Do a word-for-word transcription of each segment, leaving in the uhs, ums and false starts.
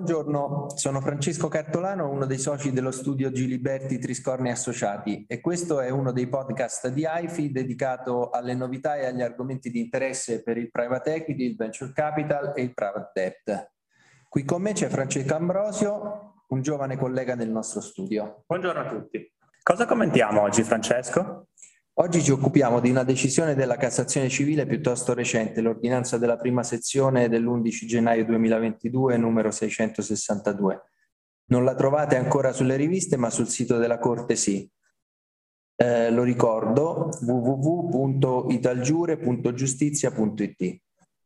Buongiorno, sono Francesco Cartolano, uno dei soci dello studio Giliberti Triscorni Associati e questo è uno dei podcast di A I F I dedicato alle novità e agli argomenti di interesse per il private equity, il venture capital e il private debt. Qui con me c'è Francesco Ambrosio, un giovane collega del nostro studio. Buongiorno a tutti. Cosa commentiamo oggi, Francesco? Oggi ci occupiamo di una decisione della Cassazione civile piuttosto recente, l'ordinanza della prima sezione dell'undici gennaio duemilaventidue, numero seicentosessantadue. Non la trovate ancora sulle riviste, ma sul sito della Corte sì. Eh, lo ricordo, w w w punto italgiure punto giustizia punto i t.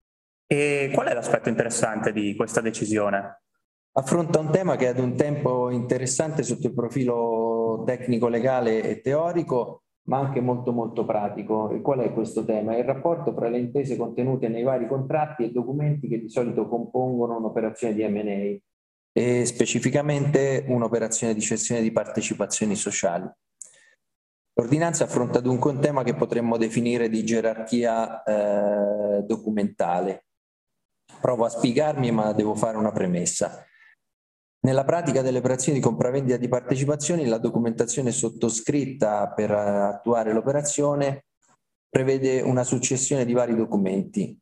E qual è l'aspetto interessante di questa decisione? Affronta un tema che è ad un tempo interessante sotto il profilo tecnico-legale e teorico, ma anche molto molto pratico. E qual è questo tema? Il rapporto fra le intese contenute nei vari contratti e documenti che di solito compongono un'operazione di M and A e specificamente un'operazione di cessione di partecipazioni sociali. L'ordinanza affronta dunque un tema che potremmo definire di gerarchia eh, documentale. Provo a spiegarmi, ma devo fare una premessa. Nella pratica delle operazioni di compravendita di partecipazioni, la documentazione sottoscritta per attuare l'operazione prevede una successione di vari documenti.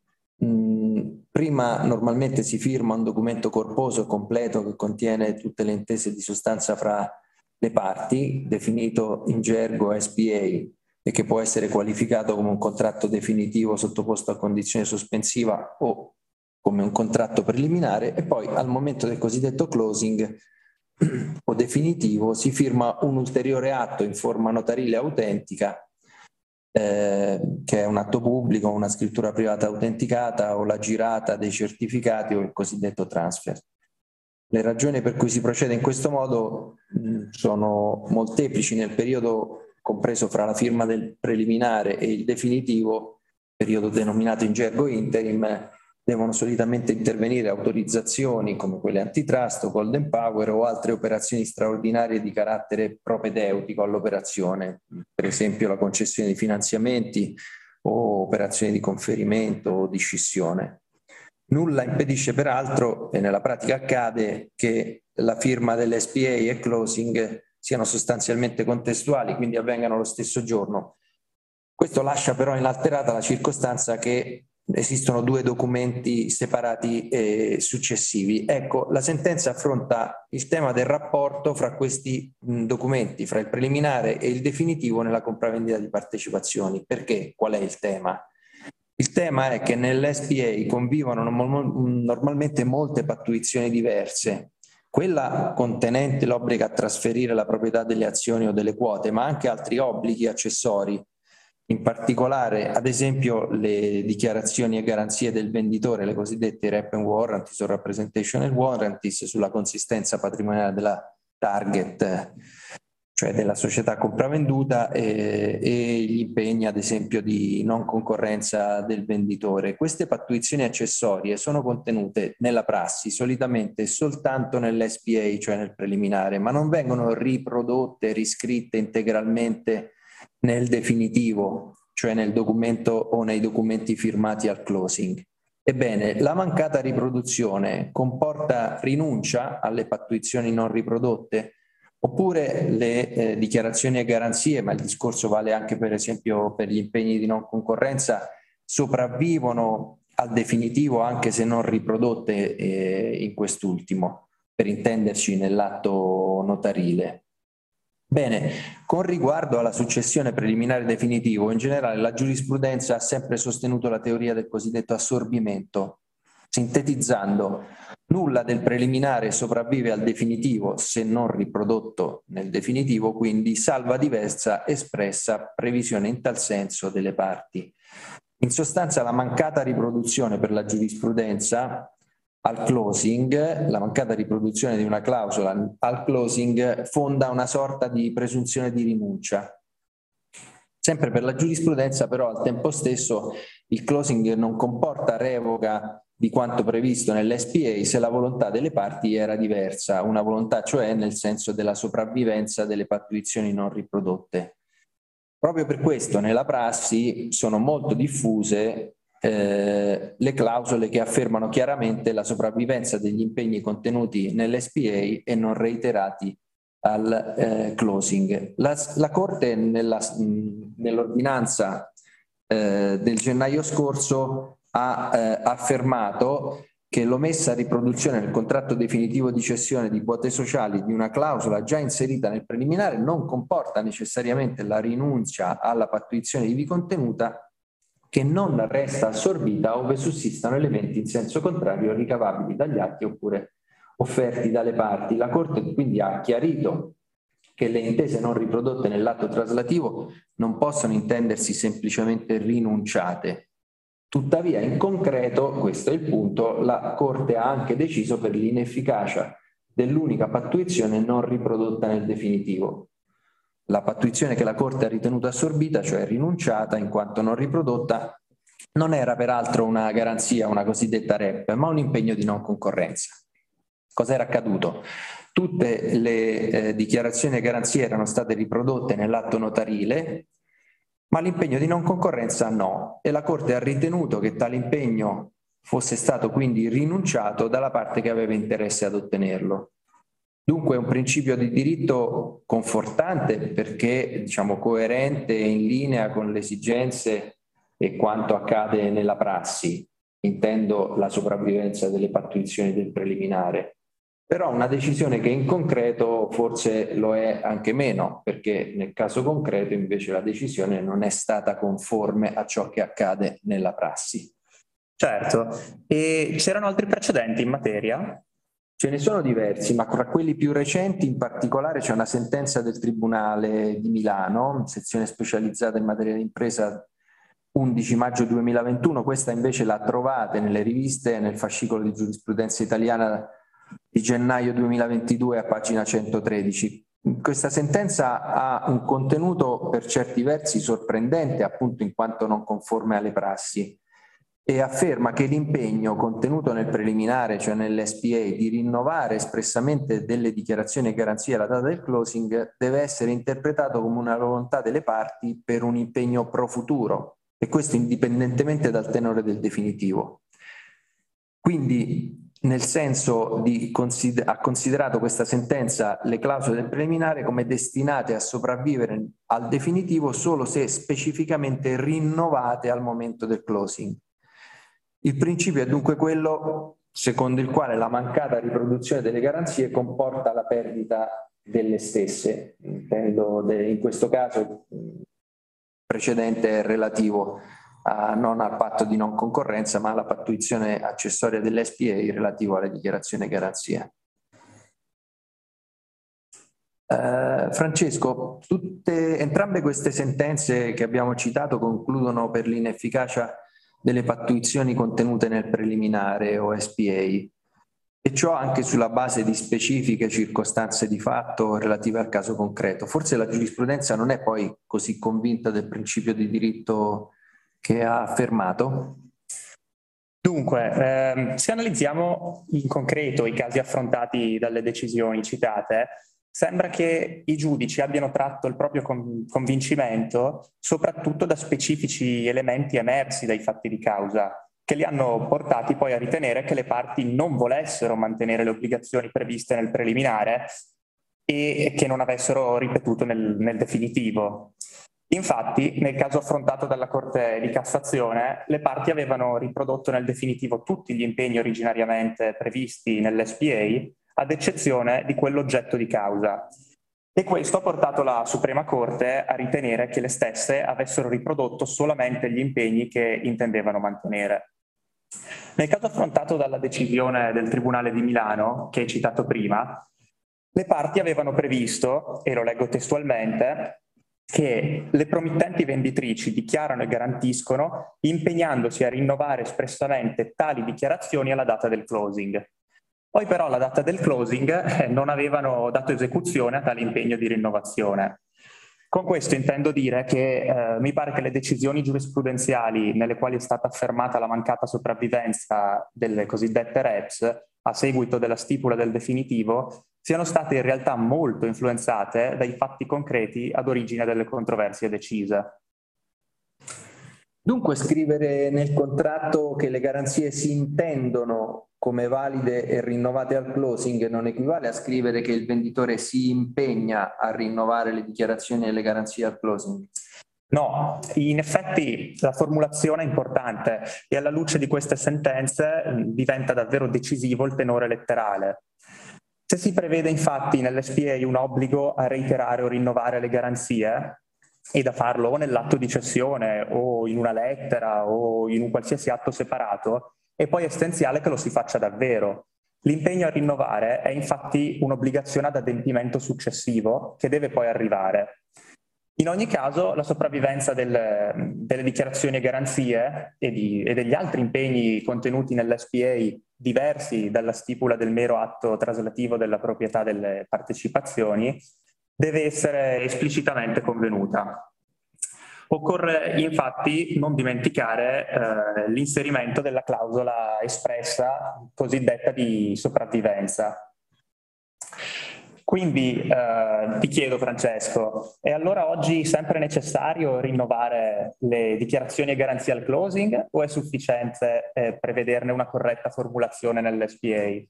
Mm, prima normalmente si firma un documento corposo e completo che contiene tutte le intese di sostanza fra le parti, definito in gergo S P A e che può essere qualificato come un contratto definitivo sottoposto a condizione sospensiva o come un contratto preliminare, e poi al momento del cosiddetto closing o definitivo si firma un ulteriore atto in forma notarile autentica, eh, che è un atto pubblico, una scrittura privata autenticata o la girata dei certificati o il cosiddetto transfer. Le ragioni per cui si procede in questo modo mh, sono molteplici. Nel periodo compreso fra la firma del preliminare e il definitivo, periodo denominato in gergo interim, devono solitamente intervenire autorizzazioni come quelle antitrust o golden power o altre operazioni straordinarie di carattere propedeutico all'operazione, per esempio la concessione di finanziamenti o operazioni di conferimento o di scissione. Nulla impedisce peraltro, e nella pratica accade, che la firma dell'S P A e closing siano sostanzialmente contestuali, quindi avvengano lo stesso giorno. Questo lascia però inalterata la circostanza che esistono due documenti separati e successivi. Ecco, la sentenza affronta il tema del rapporto fra questi mh, documenti, fra il preliminare e il definitivo nella compravendita di partecipazioni. Perché? Qual è il tema? Il tema è che nell'S P A convivono normalmente molte pattuizioni diverse. Quella contenente l'obbligo a trasferire la proprietà delle azioni o delle quote, ma anche altri obblighi accessori. In particolare, ad esempio, le dichiarazioni e garanzie del venditore, le cosiddette rep and warranties o representational warranties sulla consistenza patrimoniale della target, cioè della società compravenduta, e, e gli impegni, ad esempio, di non concorrenza del venditore. Queste pattuizioni accessorie sono contenute nella prassi solitamente soltanto nell'S P A, cioè nel preliminare, ma non vengono riprodotte, riscritte integralmente nel definitivo, cioè nel documento o nei documenti firmati al closing. Ebbene, la mancata riproduzione comporta rinuncia alle pattuizioni non riprodotte, oppure le eh, dichiarazioni e garanzie, ma il discorso vale anche per esempio per gli impegni di non concorrenza, sopravvivono al definitivo anche se non riprodotte eh, in quest'ultimo, per intenderci nell'atto notarile. Bene, con riguardo alla successione preliminare definitivo, in generale la giurisprudenza ha sempre sostenuto la teoria del cosiddetto assorbimento. Sintetizzando, nulla del preliminare sopravvive al definitivo se non riprodotto nel definitivo, quindi salva diversa espressa previsione in tal senso delle parti. In sostanza, la mancata riproduzione per la giurisprudenza al closing, la mancata riproduzione di una clausola al closing fonda una sorta di presunzione di rinuncia. Sempre per la giurisprudenza, però, al tempo stesso il closing non comporta revoca di quanto previsto nell'S P A se la volontà delle parti era diversa, una volontà cioè nel senso della sopravvivenza delle pattuizioni non riprodotte. Proprio per questo nella prassi sono molto diffuse eh, le clausole che affermano chiaramente la sopravvivenza degli impegni contenuti nell'S P A e non reiterati al eh, closing. La, la Corte nell'ordinanza eh, del gennaio scorso ha eh, affermato che l'omessa riproduzione nel contratto definitivo di cessione di quote sociali di una clausola già inserita nel preliminare non comporta necessariamente la rinuncia alla pattuizione ivi contenuta, che non resta assorbita ove sussistano elementi in senso contrario ricavabili dagli atti oppure offerti dalle parti. La Corte quindi ha chiarito che le intese non riprodotte nell'atto traslativo non possono intendersi semplicemente rinunciate. Tuttavia, in concreto, questo è il punto, la Corte ha anche deciso per l'inefficacia dell'unica pattuizione non riprodotta nel definitivo. La pattuizione che la Corte ha ritenuto assorbita, cioè rinunciata in quanto non riprodotta, non era peraltro una garanzia, una cosiddetta R E P, ma un impegno di non concorrenza. Cos'era accaduto? Tutte le eh, dichiarazioni e garanzie erano state riprodotte nell'atto notarile, ma l'impegno di non concorrenza no, e la Corte ha ritenuto che tale impegno fosse stato quindi rinunciato dalla parte che aveva interesse ad ottenerlo. Dunque è un principio di diritto confortante perché, diciamo, coerente e in linea con le esigenze e quanto accade nella prassi, intendo la sopravvivenza delle pattuizioni del preliminare. Però una decisione che in concreto forse lo è anche meno, perché nel caso concreto invece la decisione non è stata conforme a ciò che accade nella prassi. Certo, e c'erano altri precedenti in materia? Ce ne sono diversi, ma tra quelli più recenti in particolare c'è una sentenza del Tribunale di Milano, sezione specializzata in materia di impresa, undici maggio duemilaventuno, questa invece la trovate nelle riviste, nel fascicolo di giurisprudenza italiana di gennaio duemilaventidue a pagina centotredici. Questa sentenza ha un contenuto per certi versi sorprendente, appunto in quanto non conforme alle prassi, e afferma che l'impegno contenuto nel preliminare, cioè nell'S P A, di rinnovare espressamente delle dichiarazioni e garanzie alla data del closing deve essere interpretato come una volontà delle parti per un impegno pro futuro, e questo indipendentemente dal tenore del definitivo. Quindi, nel senso di consider- ha considerato questa sentenza le clausole del preliminare come destinate a sopravvivere al definitivo solo se specificamente rinnovate al momento del closing. Il principio è dunque quello secondo il quale la mancata riproduzione delle garanzie comporta la perdita delle stesse. Intendo in questo caso precedente è relativo a, non al patto di non concorrenza, ma alla pattuizione accessoria dell'S P A relativo alle dichiarazioni e garanzie. Uh, Francesco, tutte, entrambe queste sentenze che abbiamo citato concludono per l'inefficacia delle pattuizioni contenute nel preliminare o S P A, e ciò anche sulla base di specifiche circostanze di fatto relative al caso concreto. Forse la giurisprudenza non è poi così convinta del principio di diritto che ha affermato? Dunque, ehm, se analizziamo in concreto i casi affrontati dalle decisioni citate, sembra che i giudici abbiano tratto il proprio convincimento soprattutto da specifici elementi emersi dai fatti di causa, che li hanno portati poi a ritenere che le parti non volessero mantenere le obbligazioni previste nel preliminare e che non avessero ripetuto nel, nel definitivo. Infatti, nel caso affrontato dalla Corte di Cassazione, le parti avevano riprodotto nel definitivo tutti gli impegni originariamente previsti nell'S P A, ad eccezione di quello oggetto di causa. E questo ha portato la Suprema Corte a ritenere che le stesse avessero riprodotto solamente gli impegni che intendevano mantenere. Nel caso affrontato dalla decisione del Tribunale di Milano, che hai citato prima, le parti avevano previsto, e lo leggo testualmente, che le promittenti venditrici dichiarano e garantiscono impegnandosi a rinnovare espressamente tali dichiarazioni alla data del closing. Poi però alla data del closing eh, non avevano dato esecuzione a tale impegno di rinnovazione. Con questo intendo dire che eh, mi pare che le decisioni giurisprudenziali nelle quali è stata affermata la mancata sopravvivenza delle cosiddette R E Ps a seguito della stipula del definitivo siano state in realtà molto influenzate dai fatti concreti ad origine delle controversie decise. Dunque scrivere nel contratto che le garanzie si intendono come valide e rinnovate al closing non equivale a scrivere che il venditore si impegna a rinnovare le dichiarazioni e le garanzie al closing? No, in effetti la formulazione è importante e alla luce di queste sentenze diventa davvero decisivo il tenore letterale. Se si prevede infatti nell'S P A un obbligo a reiterare o rinnovare le garanzie, e da farlo o nell'atto di cessione o in una lettera o in un qualsiasi atto separato, è poi essenziale che lo si faccia davvero. L'impegno a rinnovare è infatti un'obbligazione ad adempimento successivo che deve poi arrivare. In ogni caso, la sopravvivenza del, delle dichiarazioni e garanzie e, di, e degli altri impegni contenuti nell'S P A diversi dalla stipula del mero atto traslativo della proprietà delle partecipazioni deve essere esplicitamente convenuta. Occorre infatti non dimenticare eh, l'inserimento della clausola espressa cosiddetta di sopravvivenza. Quindi eh, ti chiedo, Francesco, è allora oggi sempre necessario rinnovare le dichiarazioni e garanzie al closing o è sufficiente eh, prevederne una corretta formulazione nell'S P A?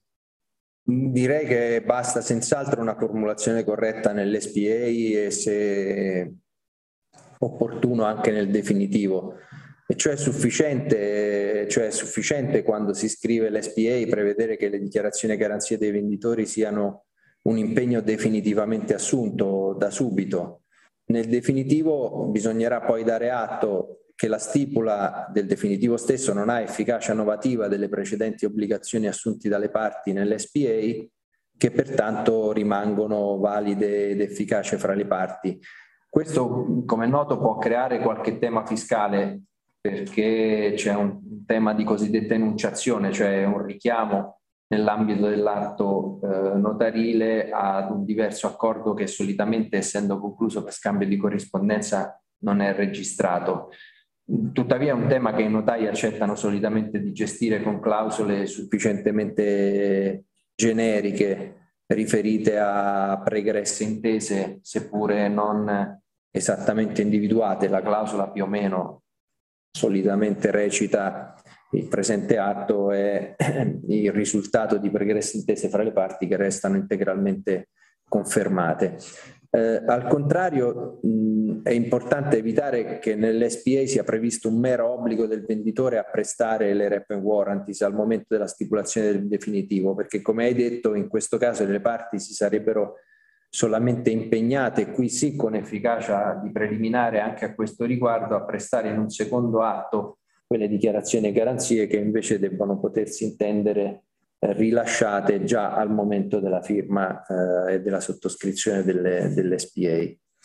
Direi che basta senz'altro una formulazione corretta nell'S P A e se opportuno anche nel definitivo. E cioè è sufficiente, cioè è sufficiente quando si scrive l'S P A prevedere che le dichiarazioni e garanzie dei venditori siano un impegno definitivamente assunto da subito. Nel definitivo bisognerà poi dare atto che la stipula del definitivo stesso non ha efficacia novativa delle precedenti obbligazioni assunte dalle parti nell'S P A, che pertanto rimangono valide ed efficaci fra le parti. Questo, come è noto, può creare qualche tema fiscale perché c'è un tema di cosiddetta enunciazione, cioè un richiamo nell'ambito dell'atto eh, notarile ad un diverso accordo che solitamente, essendo concluso per scambio di corrispondenza, non è registrato. Tuttavia è un tema che i notai accettano solitamente di gestire con clausole sufficientemente generiche riferite a pregresse intese, seppure non esattamente individuate. La clausola più o meno solitamente recita: il presente atto è il risultato di pregresse intese fra le parti che restano integralmente confermate. Eh, al contrario, mh, è importante evitare che nell'S P A sia previsto un mero obbligo del venditore a prestare le rep and warranties al momento della stipulazione del definitivo, perché, come hai detto, in questo caso le parti si sarebbero solamente impegnate, qui sì con efficacia di preliminare anche a questo riguardo, a prestare in un secondo atto quelle dichiarazioni e garanzie che invece debbono potersi intendere eh, rilasciate già al momento della firma eh, e della sottoscrizione delle, dell'S P A.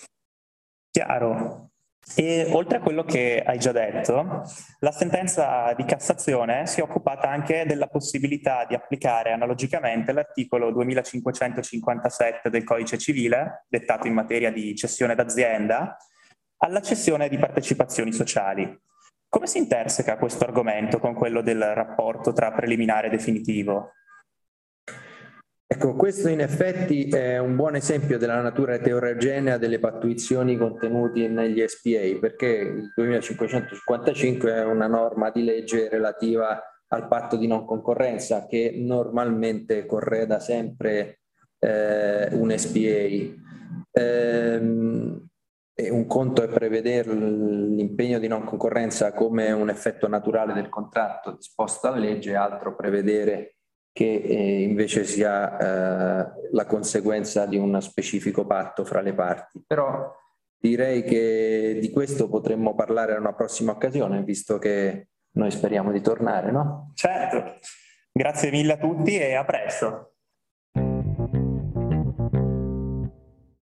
Chiaro. E oltre a quello che hai già detto, la sentenza di Cassazione si è occupata anche della possibilità di applicare analogicamente l'articolo duemilacinquecentocinquantasette del Codice Civile, dettato in materia di cessione d'azienda, alla cessione di partecipazioni sociali. Come si interseca questo argomento con quello del rapporto tra preliminare e definitivo? Ecco, questo in effetti è un buon esempio della natura eterogenea delle pattuizioni contenuti negli S P A, perché il duemilacinquecentocinquantacinque è una norma di legge relativa al patto di non concorrenza che normalmente correda sempre eh, un S P A. Ehm, E un conto è prevedere l'impegno di non concorrenza come un effetto naturale del contratto disposto dalla legge, altro prevedere che eh, invece sia eh, la conseguenza di uno specifico patto fra le parti. Però direi che di questo potremmo parlare a una prossima occasione, visto che noi speriamo di tornare, no? Certo. Grazie mille a tutti e a presto.